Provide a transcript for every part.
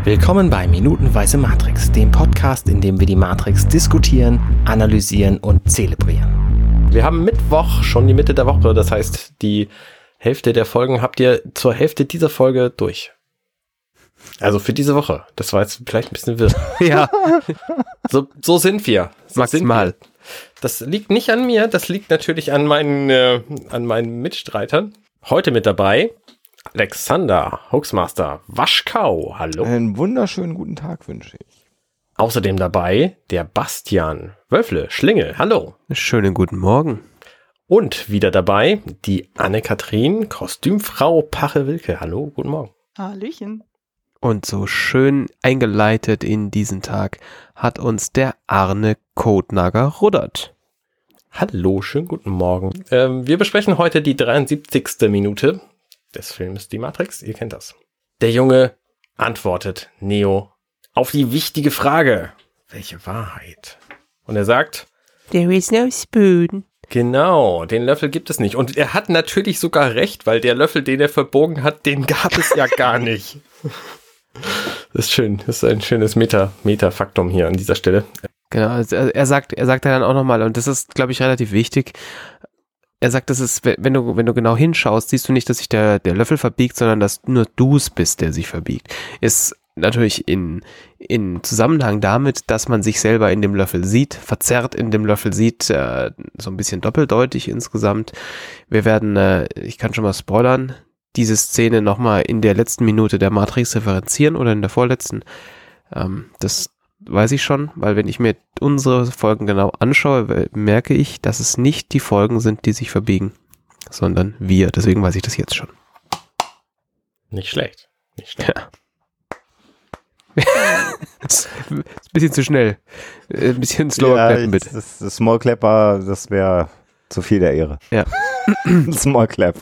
Willkommen bei Minutenweise Matrix, dem Podcast, in dem wir die Matrix diskutieren, analysieren und zelebrieren. Wir haben Mittwoch, schon die Mitte der Woche, das heißt, die Hälfte der Folgen habt ihr zur Hälfte dieser Folge durch. Also für diese Woche. Das war jetzt vielleicht ein bisschen wirr. Ja. So sind wir. Maximal. Das liegt nicht an mir, das liegt natürlich an meinen Mitstreitern. Heute mit dabei Alexander, Hoaxmaster, Waschkau, hallo. Einen wunderschönen guten Tag wünsche ich. Außerdem dabei der Bastian, Wölfle, Schlingel, hallo. Schönen guten Morgen. Und wieder dabei die Anne-Kathrin, Kostümfrau Pache-Wilke, hallo, guten Morgen. Hallöchen. Und so schön eingeleitet in diesen Tag hat uns der Arne Kotnager Ruddert. Hallo, schönen guten Morgen. Wir besprechen heute die 73. Minute des Films Die Matrix, ihr kennt das. Der Junge antwortet Neo auf die wichtige Frage, welche Wahrheit? Und er sagt, There is no spoon. Genau, den Löffel gibt es nicht. Und er hat natürlich sogar recht, weil der Löffel, den er verbogen hat, den gab es ja gar nicht. Das ist schön, das ist ein schönes Meta-Faktum hier an dieser Stelle. Genau, also er sagt ja dann auch nochmal, und das ist, glaube ich, relativ wichtig, er sagt, das ist, wenn du genau hinschaust, siehst du nicht, dass sich der Löffel verbiegt, sondern dass nur du es bist, der sich verbiegt. Ist natürlich in Zusammenhang damit, dass man sich selber in dem Löffel sieht, verzerrt in dem Löffel sieht, so ein bisschen doppeldeutig insgesamt. Wir werden, ich kann schon mal spoilern, diese Szene nochmal in der letzten Minute der Matrix referenzieren oder in der vorletzten. Das weiß ich schon, weil wenn ich mir unsere Folgen genau anschaue, merke ich, dass es nicht die Folgen sind, die sich verbiegen, sondern wir. Deswegen weiß ich das jetzt schon. Nicht schlecht. Ja. Ist ein bisschen zu schnell. Ein bisschen slower clappen, bitte. Das Small Clapper, das wäre zu viel der Ehre. Ja. Small Clap.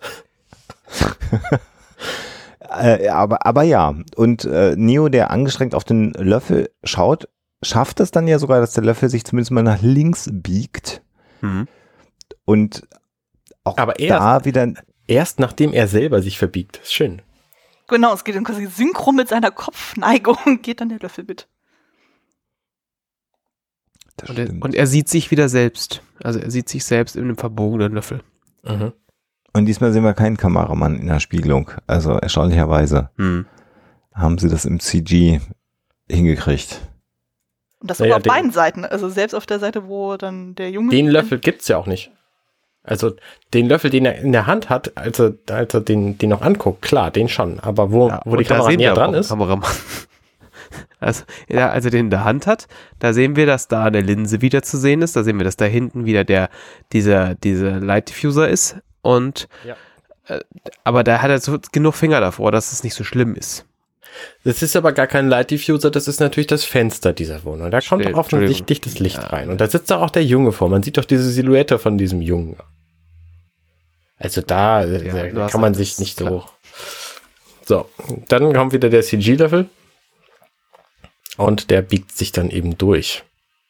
aber ja, und Neo, der angestrengt auf den Löffel schaut, schafft es dann ja sogar, dass der Löffel sich zumindest mal nach links biegt. Mhm. Und auch aber da wieder... Erst nachdem er selber sich verbiegt. Das ist schön. Genau, es geht dann quasi synchron mit seiner Kopfneigung, geht dann der Löffel mit. Und er sieht sich wieder selbst. Also er sieht sich selbst in einem verbogenen Löffel. Mhm. Und diesmal sehen wir keinen Kameramann in der Spiegelung. Also erstaunlicherweise haben sie das im CG hingekriegt. Und das sogar auf beiden Seiten. Also selbst auf der Seite, wo dann der Junge... Den Löffel gibt's ja auch nicht. Also den Löffel, den er in der Hand hat, als er den noch anguckt, klar, den schon. Aber wo die Kamera näher dran ist... Also, ja, als er den in der Hand hat, da sehen wir, dass da eine Linse wieder zu sehen ist. Da sehen wir, dass da hinten wieder dieser Light Diffuser ist. Und aber da hat er so genug Finger davor, dass es nicht so schlimm ist. Das ist aber gar kein Light Diffuser, das ist natürlich das Fenster dieser Wohnung. Da kommt doch offensichtlich das Licht rein. Und da sitzt doch auch der Junge vor. Man sieht doch diese Silhouette von diesem Jungen. Also da kann man sich nicht so... So, dann kommt wieder der CG-Löffel. Und der biegt sich dann eben durch.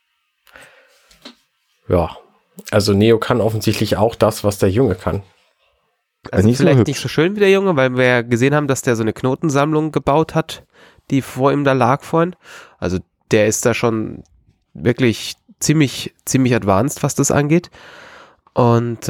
Ja, also Neo kann offensichtlich auch das, was der Junge kann. Also nicht vielleicht so nicht so schön wie der Junge, weil wir ja gesehen haben, dass der so eine Knotensammlung gebaut hat, die vor ihm da lag vorhin. Also der ist da schon wirklich ziemlich advanced, was das angeht. Und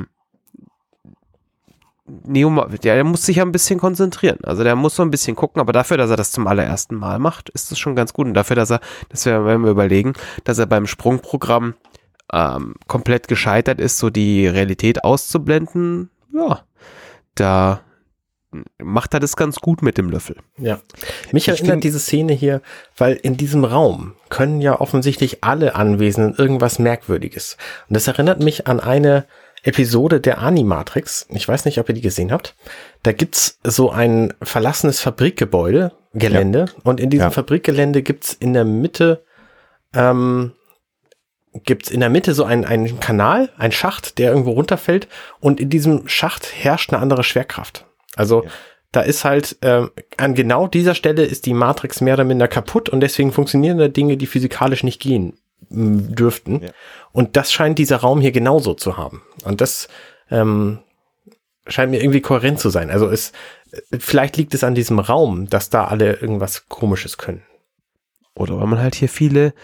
Neo, der muss sich ja ein bisschen konzentrieren. Also der muss so ein bisschen gucken, aber dafür, dass er das zum allerersten Mal macht, ist das schon ganz gut. Und dafür, wenn wir überlegen, dass er beim Sprungprogramm komplett gescheitert ist, so die Realität auszublenden, ja, da macht er das ganz gut mit dem Löffel. Ja, mich erinnert diese Szene hier, weil in diesem Raum können ja offensichtlich alle Anwesenden irgendwas Merkwürdiges. Und das erinnert mich an eine Episode der Animatrix. Ich weiß nicht, ob ihr die gesehen habt. Da gibt's so ein verlassenes Fabrikgelände. Und in diesem Fabrikgelände gibt's in der Mitte so einen Kanal, einen Schacht, der irgendwo runterfällt, und in diesem Schacht herrscht eine andere Schwerkraft. Also da ist halt, an genau dieser Stelle ist die Matrix mehr oder minder kaputt und deswegen funktionieren da Dinge, die physikalisch nicht gehen dürften. Ja. Und das scheint dieser Raum hier genauso zu haben. Und das scheint mir irgendwie kohärent zu sein. Also vielleicht liegt es an diesem Raum, dass da alle irgendwas Komisches können. Oder weil man halt hier viele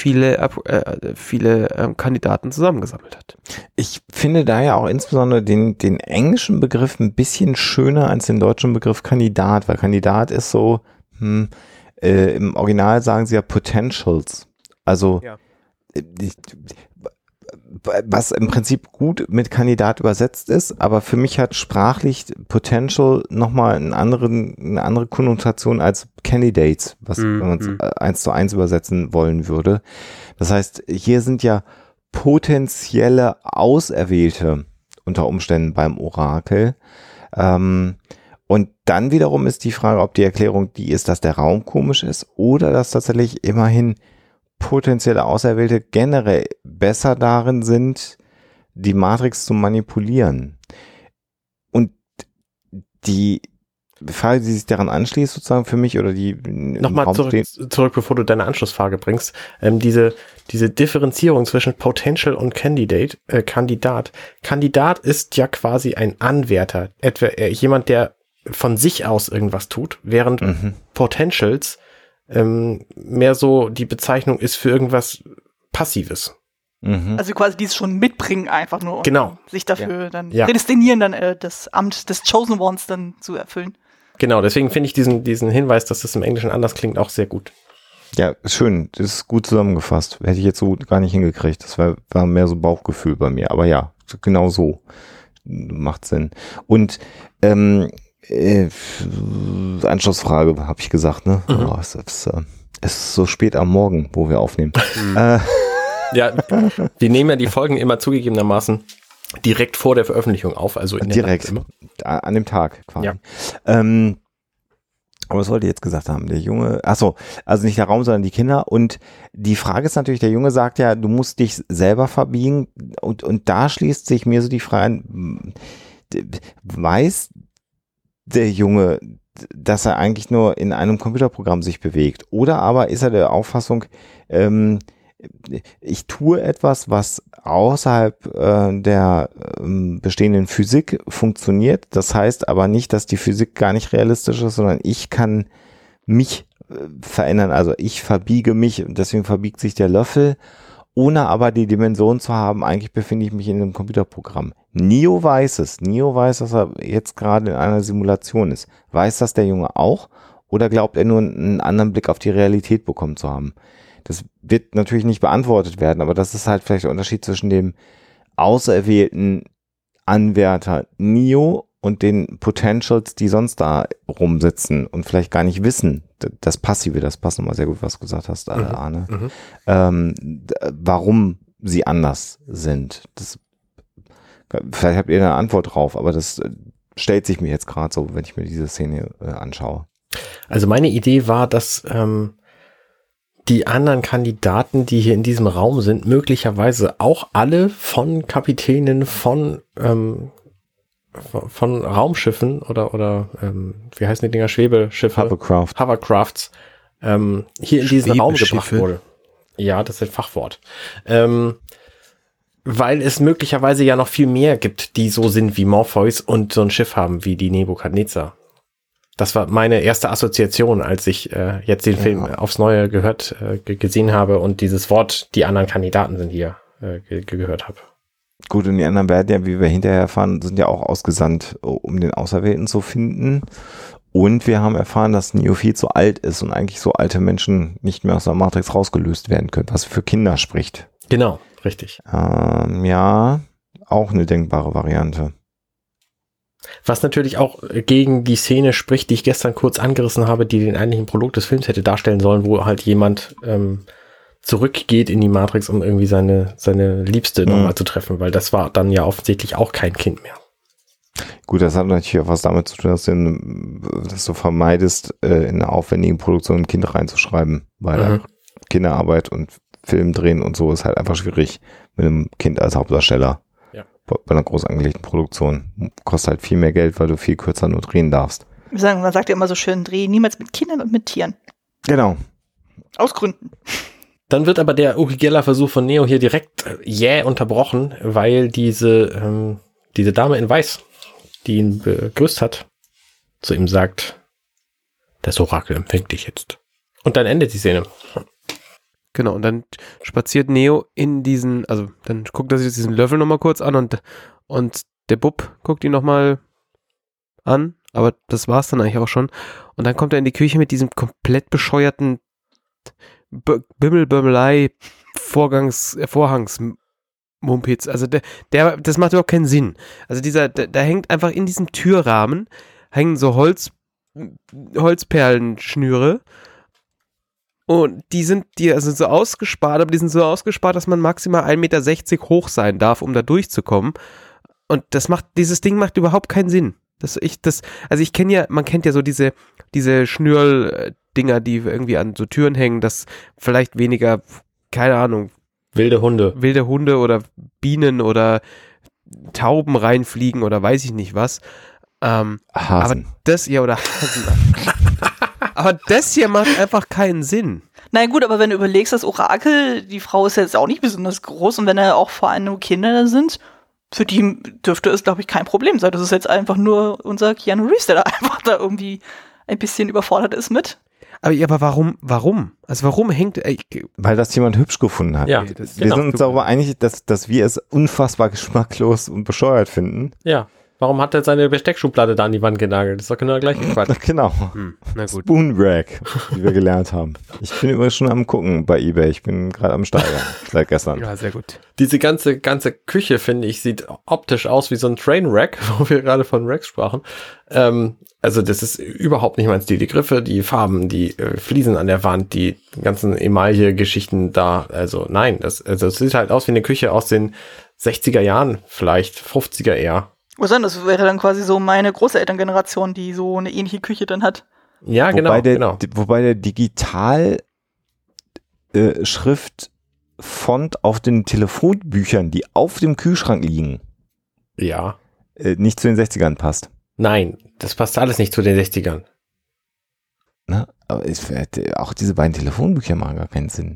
Kandidaten zusammengesammelt hat. Ich finde da ja auch insbesondere den englischen Begriff ein bisschen schöner als den deutschen Begriff Kandidat, weil Kandidat ist so, im Original sagen sie ja Potentials. Also, was im Prinzip gut mit Kandidat übersetzt ist, aber für mich hat sprachlich Potential nochmal eine andere Konnotation als Candidates, wenn man es 1:1 übersetzen wollen würde. Das heißt, hier sind ja potenzielle Auserwählte unter Umständen beim Orakel. Und dann wiederum ist die Frage, ob die Erklärung die ist, dass der Raum komisch ist oder dass tatsächlich immerhin potenzielle Auserwählte generell besser darin sind, die Matrix zu manipulieren. Und die Frage, die sich daran anschließt, sozusagen für mich, oder die nochmal zurück, bevor du deine Anschlussfrage bringst, diese Differenzierung zwischen Potential und Kandidat. Kandidat ist ja quasi ein Anwärter, etwa jemand, der von sich aus irgendwas tut, während Potentials mehr so die Bezeichnung ist für irgendwas Passives. Also quasi dieses schon mitbringen einfach nur. Und genau. Sich dafür dann prädestinieren, dann das Amt des Chosen Ones dann zu erfüllen. Genau, deswegen finde ich diesen Hinweis, dass das im Englischen anders klingt, auch sehr gut. Ja, schön. Das ist gut zusammengefasst. Hätte ich jetzt so gar nicht hingekriegt. Das war mehr so Bauchgefühl bei mir. Aber ja, genau so. Macht Sinn. Und Anschlussfrage, habe ich gesagt, ne? Oh, es ist so spät am Morgen, wo wir aufnehmen. Ja, wir nehmen ja die Folgen immer zugegebenermaßen direkt vor der Veröffentlichung auf, also in der direkt Nacht immer. An dem Tag quasi. Ja. Aber was wollte ich jetzt gesagt haben? Der Junge, also nicht der Raum, sondern die Kinder. Und die Frage ist natürlich, der Junge sagt ja, du musst dich selber verbiegen. Und da schließt sich mir so die Frage an, weiß der Junge, dass er eigentlich nur in einem Computerprogramm sich bewegt? Oder aber ist er der Auffassung, ich tue etwas, was außerhalb der bestehenden Physik funktioniert. Das heißt aber nicht, dass die Physik gar nicht realistisch ist, sondern ich kann mich verändern. Also ich verbiege mich und deswegen verbiegt sich der Löffel, ohne aber die Dimension zu haben, eigentlich befinde ich mich in einem Computerprogramm. Neo weiß es. Neo weiß, dass er jetzt gerade in einer Simulation ist. Weiß das der Junge auch? Oder glaubt er nur einen anderen Blick auf die Realität bekommen zu haben? Das wird natürlich nicht beantwortet werden, aber das ist halt vielleicht der Unterschied zwischen dem auserwählten Anwärter Neo und den Potentials, die sonst da rumsitzen und vielleicht gar nicht wissen, das Passive, das passt nochmal sehr gut, was du gesagt hast, Arne, warum sie anders sind. Vielleicht habt ihr eine Antwort drauf, aber das stellt sich mir jetzt gerade so, wenn ich mir diese Szene anschaue. Also meine Idee war, dass die anderen Kandidaten, die hier in diesem Raum sind, möglicherweise auch alle von Kapitänen von Raumschiffen oder wie heißen die Dinger, Schwebeschiffe? Hovercrafts, hier in diesen Raum gebracht wurde. Ja, das ist ein Fachwort. Weil es möglicherweise ja noch viel mehr gibt, die so sind wie Morpheus und so ein Schiff haben wie die Nebukadnezar. Das war meine erste Assoziation, als ich jetzt den Film aufs Neue gesehen habe und dieses Wort, die anderen Kandidaten sind hier, gehört habe. Gut, und die anderen werden ja, wie wir hinterher erfahren, sind ja auch ausgesandt, um den Auserwählten zu finden. Und wir haben erfahren, dass Neo viel zu alt ist und eigentlich so alte Menschen nicht mehr aus der Matrix rausgelöst werden können, was für Kinder spricht. Genau, richtig. Ja, auch eine denkbare Variante. Was natürlich auch gegen die Szene spricht, die ich gestern kurz angerissen habe, die den eigentlichen Prolog des Films hätte darstellen sollen, wo halt jemand zurückgeht in die Matrix, um irgendwie seine Liebste nochmal zu treffen, weil das war dann ja offensichtlich auch kein Kind mehr. Gut, das hat natürlich auch was damit zu tun, dass du vermeidest, in eine aufwendige Produktion ein Kind reinzuschreiben, weil Kinderarbeit und Film drehen und so ist halt einfach schwierig mit einem Kind als Hauptdarsteller. Bei einer groß angelegten Produktion. Kostet halt viel mehr Geld, weil du viel kürzer nur drehen darfst. Man sagt ja immer so schön, dreh niemals mit Kindern und mit Tieren. Genau. Aus Gründen. Dann wird aber der Uri Geller-Versuch von Neo hier direkt unterbrochen, weil diese Dame in Weiß die ihn begrüßt hat, zu ihm sagt, das Orakel empfängt dich jetzt. Und dann endet die Szene. Genau, und dann spaziert Neo in diesen, also dann guckt er sich diesen Löffel nochmal kurz an und der Bub guckt ihn nochmal an, aber das war's dann eigentlich auch schon. Und dann kommt er in die Küche mit diesem komplett bescheuerten Bimmelbömmelei Vorhangsmumpitz. Also das macht überhaupt keinen Sinn. Also da hängt einfach in diesem Türrahmen hängen so Holzperlenschnüre und die sind so ausgespart, aber die sind so ausgespart, dass man maximal 1,60 Meter hoch sein darf, um da durchzukommen. Und dieses Ding macht überhaupt keinen Sinn. Man kennt ja so diese Schnürl-Dinger, die irgendwie an so Türen hängen, dass vielleicht weniger, keine Ahnung, wilde Hunde oder Bienen oder Tauben reinfliegen oder weiß ich nicht was. Hasen. Aber das hier, oder Hasen. Aber das hier macht einfach keinen Sinn. Na gut, aber wenn du überlegst, das Orakel, die Frau ist jetzt auch nicht besonders groß und wenn da auch vor allem nur Kinder da sind, für die dürfte es, glaube ich, kein Problem sein. Das ist jetzt einfach nur unser Keanu Reeves, der da einfach da irgendwie ein bisschen überfordert ist mit. Aber warum? Also warum hängt... Weil das jemand hübsch gefunden hat. Ja, wir sind uns darüber einig, dass wir es unfassbar geschmacklos und bescheuert finden. Ja. Warum hat er seine Besteckschublade da an die Wand genagelt? Das ist doch genau der gleiche Quatsch. Genau. Na gut. Spoon Rack, wie wir gelernt haben. Ich bin übrigens schon am Gucken bei eBay. Ich bin gerade am Steigern seit gestern. Ja, sehr gut. Diese ganze Küche, finde ich, sieht optisch aus wie so ein Trainwreck, wo wir gerade von Racks sprachen. Also das ist überhaupt nicht mein Stil. Die Griffe, die Farben, die Fliesen an der Wand, die ganzen Emaille-Geschichten da. Also nein, das sieht halt aus wie eine Küche aus den 60er Jahren, vielleicht 50er eher. Was denn? Das wäre dann quasi so meine Großelterngeneration, die so eine ähnliche Küche dann hat. Ja, genau. Wobei der Digital-Schriftfont auf den Telefonbüchern, die auf dem Kühlschrank liegen, ja, nicht zu den 60ern passt. Nein, das passt alles nicht zu den 60ern. Na, aber auch diese beiden Telefonbücher machen gar keinen Sinn.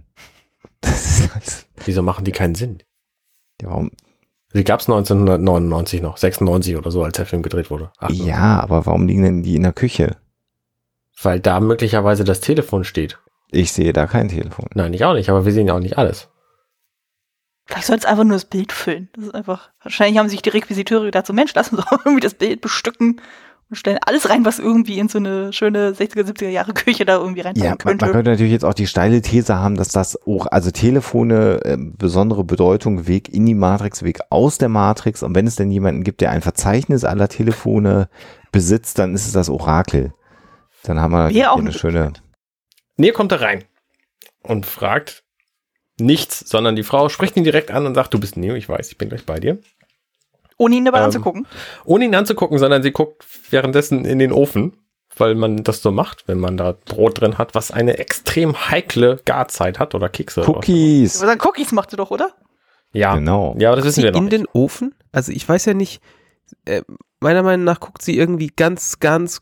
Wieso machen die keinen Sinn? Ja, warum? Die gab es 1999 noch, 96 oder so, als der Film gedreht wurde. 98. Ja, aber warum liegen denn die in der Küche? Weil da möglicherweise das Telefon steht. Ich sehe da kein Telefon. Nein, ich auch nicht, aber wir sehen ja auch nicht alles. Vielleicht soll es einfach nur das Bild füllen. Das ist einfach, wahrscheinlich haben sich die Requisiteure gedacht, so Mensch, lass uns doch irgendwie das Bild bestücken und stellen alles rein, was irgendwie in so eine schöne 60er, 70er Jahre Küche da irgendwie reinpassen könnte. Man könnte natürlich jetzt auch die steile These haben, dass das auch, also Telefone besondere Bedeutung, Weg in die Matrix, Weg aus der Matrix, und wenn es denn jemanden gibt, der ein Verzeichnis aller Telefone besitzt, dann ist es das Orakel. Dann haben wir auch eine schöne... Neo kommt da rein und fragt nichts, sondern die Frau spricht ihn direkt an und sagt, du bist Neo, ich weiß, ich bin gleich bei dir. Ohne ihn dabei anzugucken? Ohne ihn anzugucken, sondern sie guckt währenddessen in den Ofen, weil man das so macht, wenn man da Brot drin hat, was eine extrem heikle Garzeit hat oder Kekse. Cookies. Aber dann Cookies macht sie doch, oder? Ja, genau. Ja, aber das wissen wir noch in den Ofen? Also ich weiß ja nicht, meiner Meinung nach guckt sie irgendwie ganz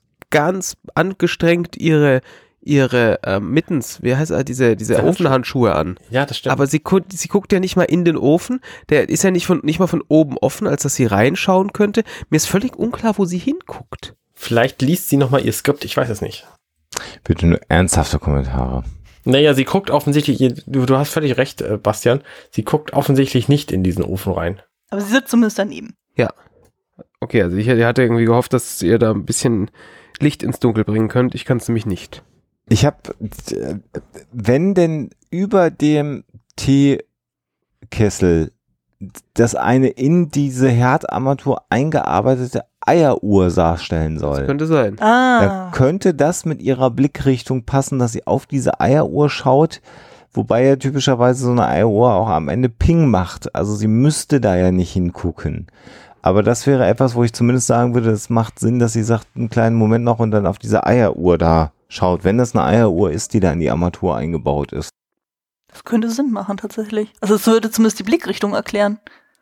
angestrengt ihre Mittens, wie heißt das, diese Ofenhandschuhe an. Ja, das stimmt. Aber sie guckt ja nicht mal in den Ofen. Der ist ja nicht mal von oben offen, als dass sie reinschauen könnte. Mir ist völlig unklar, wo sie hinguckt. Vielleicht liest sie nochmal ihr Skript, ich weiß es nicht. Bitte nur ernsthafte Kommentare. Naja, sie guckt offensichtlich, du hast völlig recht, Bastian, sie guckt offensichtlich nicht in diesen Ofen rein. Aber sie sitzt zumindest daneben. Ja. Okay, also ich hatte irgendwie gehofft, dass ihr da ein bisschen Licht ins Dunkel bringen könnt. Ich kann es nämlich nicht. Ich habe, wenn denn über dem Teekessel das eine in diese Herdarmatur eingearbeitete Eieruhr darstellen soll. Das könnte sein. Da könnte das mit ihrer Blickrichtung passen, dass sie auf diese Eieruhr schaut, wobei ja typischerweise so eine Eieruhr auch am Ende Ping macht. Also sie müsste da ja nicht hingucken. Aber das wäre etwas, wo ich zumindest sagen würde, es macht Sinn, dass sie sagt, einen kleinen Moment noch und dann auf diese Eieruhr da schaut, wenn das eine Eieruhr ist, die da in die Armatur eingebaut ist. Das könnte Sinn machen, tatsächlich. Also es würde zumindest die Blickrichtung erklären.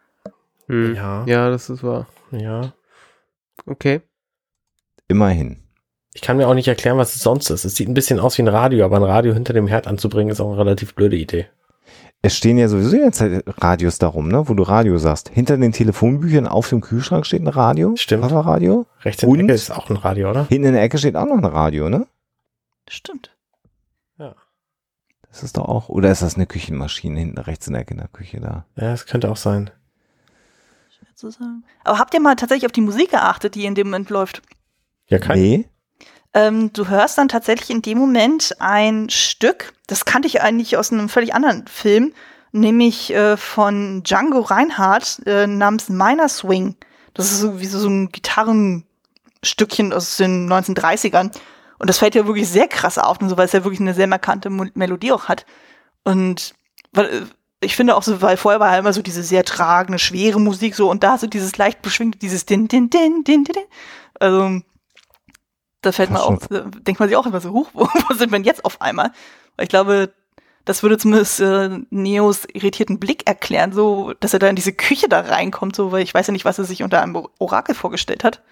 Ja, das ist wahr. Ja. Okay. Immerhin. Ich kann mir auch nicht erklären, was es sonst ist. Es sieht ein bisschen aus wie ein Radio, aber ein Radio hinter dem Herd anzubringen, ist auch eine relativ blöde Idee. Es stehen ja sowieso die ganze Zeit Radios darum, ne, wo du Radio sagst. Hinter den Telefonbüchern auf dem Kühlschrank steht ein Radio. Stimmt. Radio. Rechts in der Ecke ist auch ein Radio, oder? Hinten in der Ecke steht auch noch ein Radio, ne? Stimmt. Ja. Das ist doch auch, oder ist das eine Küchenmaschine hinten rechts in der Ecke in der Küche da? Ja, das könnte auch sein. Schwer zu sagen. Aber habt ihr mal tatsächlich auf die Musik geachtet, die in dem Moment läuft? Ja, kein. Nee. Du hörst dann tatsächlich in dem Moment ein Stück, das kannte ich eigentlich aus einem völlig anderen Film, nämlich von Django Reinhardt namens Minor Swing. Das ist so wie so ein Gitarrenstückchen aus den 1930ern. Und das fällt ja wirklich sehr krass auf, und so, weil es ja wirklich eine sehr markante Melodie auch hat. Und ich finde auch so, weil vorher war ja immer so diese sehr tragende, schwere Musik so, und da so dieses leicht beschwingte, dieses Din, Din, Din, Din, Din. Also da fällt man auch, denkt man sich auch immer so, wo sind wir denn jetzt auf einmal? Weil ich glaube, das würde zumindest Neos irritierten Blick erklären, so, dass er da in diese Küche da reinkommt, so, weil ich weiß ja nicht, was er sich unter einem Orakel vorgestellt hat.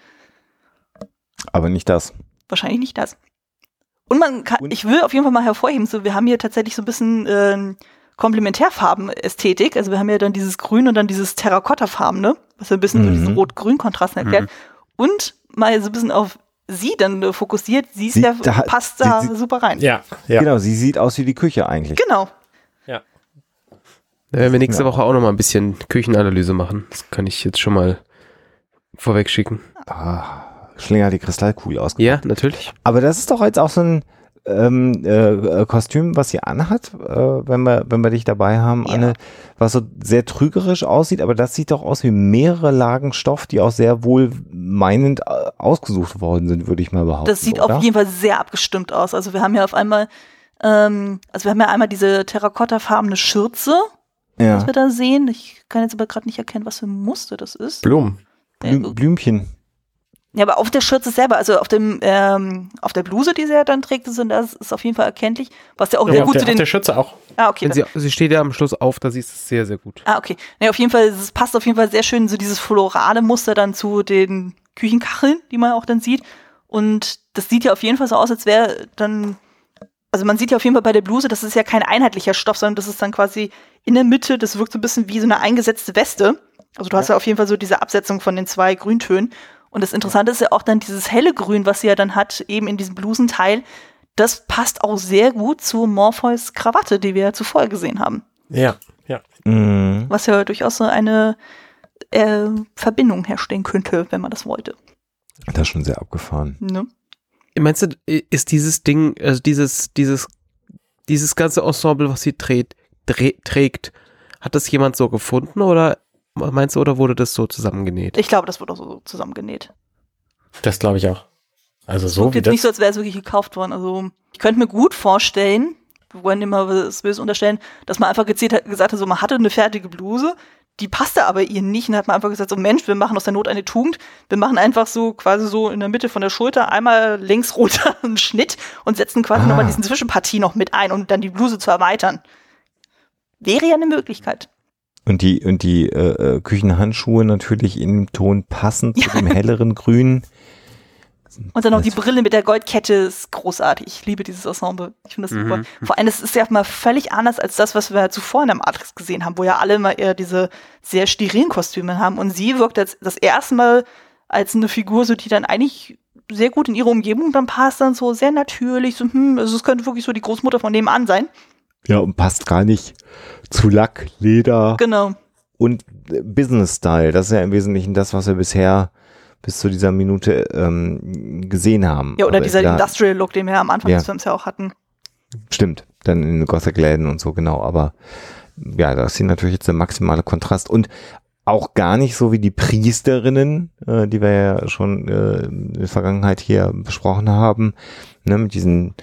Aber nicht das. Wahrscheinlich nicht das. Und man kann, ich will auf jeden Fall mal hervorheben, so, wir haben hier tatsächlich so ein bisschen Komplementärfarben-Ästhetik. Also wir haben ja dann dieses Grün und dann dieses Terrakotta-Farbene, was ja ein bisschen so diesen Rot-Grün-Kontrast erklärt. Und mal so ein bisschen auf sie dann fokussiert, passt da super rein. Ja. Genau, sie sieht aus wie die Küche eigentlich. Genau. Ja. Da werden wir nächste Woche auch noch mal ein bisschen Küchenanalyse machen. Das kann ich jetzt schon mal vorweg schicken. Schlinger hat die Kristallkugel ausgepackt. Ja, natürlich. Aber das ist doch jetzt auch so ein Kostüm, was sie anhat, wenn wir dich dabei haben, Ja. Anne, was so sehr trügerisch aussieht, aber das sieht doch aus wie mehrere Lagen Stoff, die auch sehr wohlmeinend ausgesucht worden sind, würde ich mal behaupten. Das sieht oder? auf jeden Fall sehr abgestimmt aus. Also wir haben ja auf einmal, einmal diese terrakottafarbene Schürze, was wir da sehen. Ich kann jetzt aber gerade nicht erkennen, was für ein Muster das ist. Blumen. Blümchen. Ja, aber auf der Schürze selber, also auf der Bluse, die sie ja dann trägt, das ist auf jeden Fall erkenntlich, was ja auch sehr gut zu den... Auf der Schürze auch. Ah, okay. Sie steht ja am Schluss auf, da siehst du es sehr, sehr gut. Ah, okay. Ja, auf jeden Fall, es passt auf jeden Fall sehr schön, so dieses florale Muster dann zu den Küchenkacheln, die man auch dann sieht. Und das sieht ja auf jeden Fall so aus, als wäre dann, also man sieht ja auf jeden Fall bei der Bluse, das ist ja kein einheitlicher Stoff, sondern das ist dann quasi in der Mitte, das wirkt so ein bisschen wie so eine eingesetzte Weste. Also du hast ja auf jeden Fall so diese Absetzung von den zwei Grüntönen. Und das Interessante ist ja auch dann dieses helle Grün, was sie ja dann hat, eben in diesem Blusenteil. Das passt auch sehr gut zu Morpheus Krawatte, die wir ja zuvor gesehen haben. Ja. Was ja durchaus so eine Verbindung herstellen könnte, wenn man das wollte. Das ist schon sehr abgefahren. Ne? Meinst du, ist dieses Ding, also dieses ganze Ensemble, was sie trägt, hat das jemand so gefunden oder meinst du, oder wurde das so zusammengenäht? Ich glaube, das wurde auch so zusammengenäht. Das glaube ich auch. Also so wie wie jetzt das. nicht so, als wäre es wirklich gekauft worden. Also ich könnte mir gut vorstellen, wir wollen immer was Böses unterstellen, dass man einfach gesagt hat, so man hatte eine fertige Bluse, die passte aber ihr nicht, und hat man einfach gesagt, so Mensch, wir machen aus der Not eine Tugend, wir machen einfach so quasi so in der Mitte von der Schulter einmal links runter einen Schnitt und setzen quasi nochmal diesen Zwischenpartie noch mit ein, um dann die Bluse zu erweitern. Wäre ja eine Möglichkeit. Und die Küchenhandschuhe natürlich im Ton passend zu dem helleren Grün. Und dann noch die Brille mit der Goldkette ist großartig. Ich liebe dieses Ensemble. Ich finde das super. Vor allem, das ist ja mal völlig anders als das, was wir zuvor in der Matrix gesehen haben, wo ja alle mal eher diese sehr sterilen Kostüme haben. Und sie wirkt jetzt das erste Mal als eine Figur, so die dann eigentlich sehr gut in ihre Umgebung dann passt, dann so sehr natürlich. So, also es könnte wirklich so die Großmutter von nebenan sein. Ja, und passt gar nicht zu Lack, Leder und Business-Style. Das ist ja im Wesentlichen das, was wir bisher bis zu dieser Minute gesehen haben. Ja, oder aber dieser Industrial-Look, den wir am Anfang des Films ja auch hatten. Stimmt, dann in Gothic-Läden und so, genau. Aber ja, da ist hier natürlich jetzt der maximale Kontrast. Und auch gar nicht so wie die Priesterinnen, die wir ja schon in der Vergangenheit hier besprochen haben, ne, mit diesen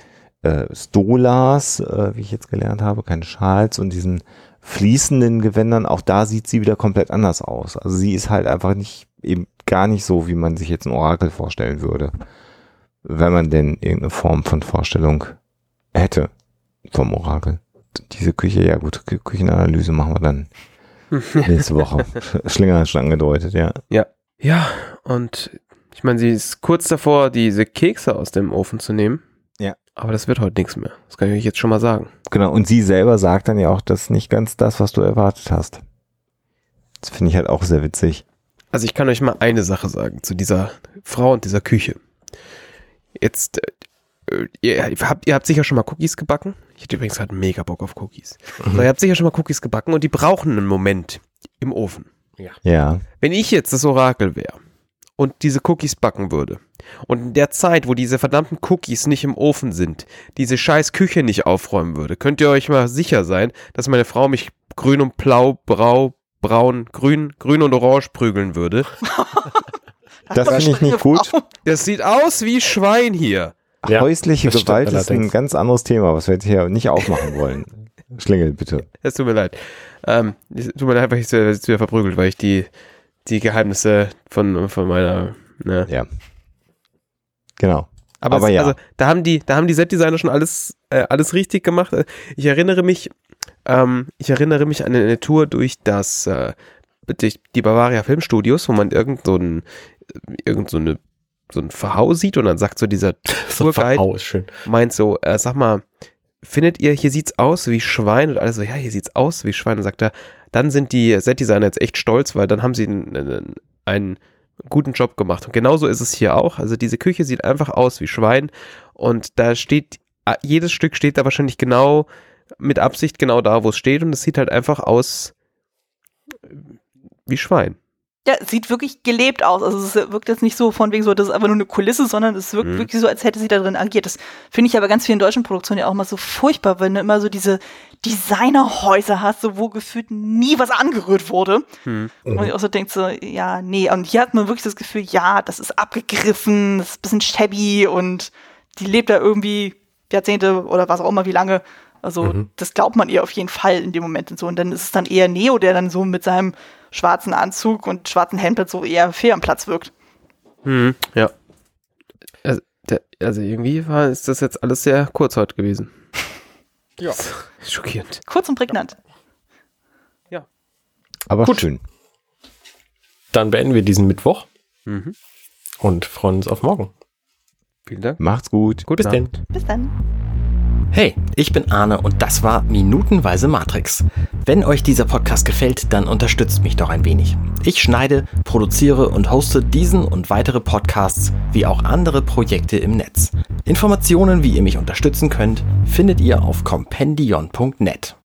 Stolas, wie ich jetzt gelernt habe, keine Schals und diesen fließenden Gewändern, auch da sieht sie wieder komplett anders aus. Also sie ist halt einfach eben gar nicht so, wie man sich jetzt ein Orakel vorstellen würde, wenn man denn irgendeine Form von Vorstellung hätte vom Orakel. Diese Küche, ja gut, Küchenanalyse machen wir dann nächste Woche. Schlinger hat schon angedeutet, ja. Ja, und ich meine, sie ist kurz davor, diese Kekse aus dem Ofen zu nehmen. Ja. Aber das wird heute nichts mehr. Das kann ich euch jetzt schon mal sagen. Genau, und sie selber sagt dann ja auch, das ist nicht ganz das, was du erwartet hast. Das finde ich halt auch sehr witzig. Also ich kann euch mal eine Sache sagen zu dieser Frau und dieser Küche. Jetzt, ihr habt sicher schon mal Cookies gebacken. Ich hätte übrigens gerade mega Bock auf Cookies. So, ihr habt sicher schon mal Cookies gebacken und die brauchen einen Moment im Ofen. Ja. Wenn ich jetzt das Orakel wäre und diese Cookies backen würde und in der Zeit, wo diese verdammten Cookies nicht im Ofen sind, diese scheiß Küche nicht aufräumen würde, könnt ihr euch mal sicher sein, dass meine Frau mich grün und blau, braun, grün und orange prügeln würde. Das finde ich nicht gut. Das sieht aus wie Schwein hier. Ja, häusliche Gewalt ist ein ganz anderes Thema, was wir jetzt hier nicht aufmachen wollen. Schlingel, bitte. Es tut mir leid. Es tut mir leid, weil ich jetzt wieder verprügelt, weil ich die Geheimnisse von meiner... Ne. Ja. Genau. Aber ja. Also, da haben die Set-Designer schon alles richtig gemacht. Ich erinnere mich an eine Tour durch die Bavaria Filmstudios, wo man irgend so ein Verhaus sieht und dann sagt so dieser Tourguide, meint so, sag mal, findet ihr, hier sieht's aus wie Schwein? Und alle so, ja, hier sieht's aus wie Schwein. Und sagt er, dann sind die Set-Designer jetzt echt stolz, weil dann haben sie einen guten Job gemacht. Und genauso ist es hier auch. Also diese Küche sieht einfach aus wie Schwein und da steht, jedes Stück steht da wahrscheinlich genau, mit Absicht genau da, wo es steht und es sieht halt einfach aus wie Schwein. Ja, sieht wirklich gelebt aus. Also es wirkt jetzt nicht so von wegen so, das ist einfach nur eine Kulisse, sondern es wirkt wirklich so, als hätte sie da drin agiert. Das finde ich aber ganz vielen deutschen Produktionen ja auch mal so furchtbar, wenn du immer so diese Designerhäuser hast, so wo gefühlt nie was angerührt wurde. Und ich auch so denke so, ja, nee. Und hier hat man wirklich das Gefühl, ja, das ist abgegriffen, das ist ein bisschen shabby und die lebt da irgendwie Jahrzehnte oder was auch immer, wie lange. Also das glaubt man ihr auf jeden Fall in dem Moment und so. Und dann ist es dann eher Neo, der dann so mit seinem schwarzen Anzug und schwarzen Hemd so eher fehl am Platz wirkt. Ja. Also irgendwie ist das jetzt alles sehr kurz heute gewesen. Ja. Schockierend. Kurz und prägnant. Ja. Aber gut. Schön. Dann beenden wir diesen Mittwoch und freuen uns auf morgen. Vielen Dank. Macht's gut. Bis dann. Bis dann. Hey, ich bin Arne und das war Minutenweise Matrix. Wenn euch dieser Podcast gefällt, dann unterstützt mich doch ein wenig. Ich schneide, produziere und hoste diesen und weitere Podcasts wie auch andere Projekte im Netz. Informationen, wie ihr mich unterstützen könnt, findet ihr auf compendion.net.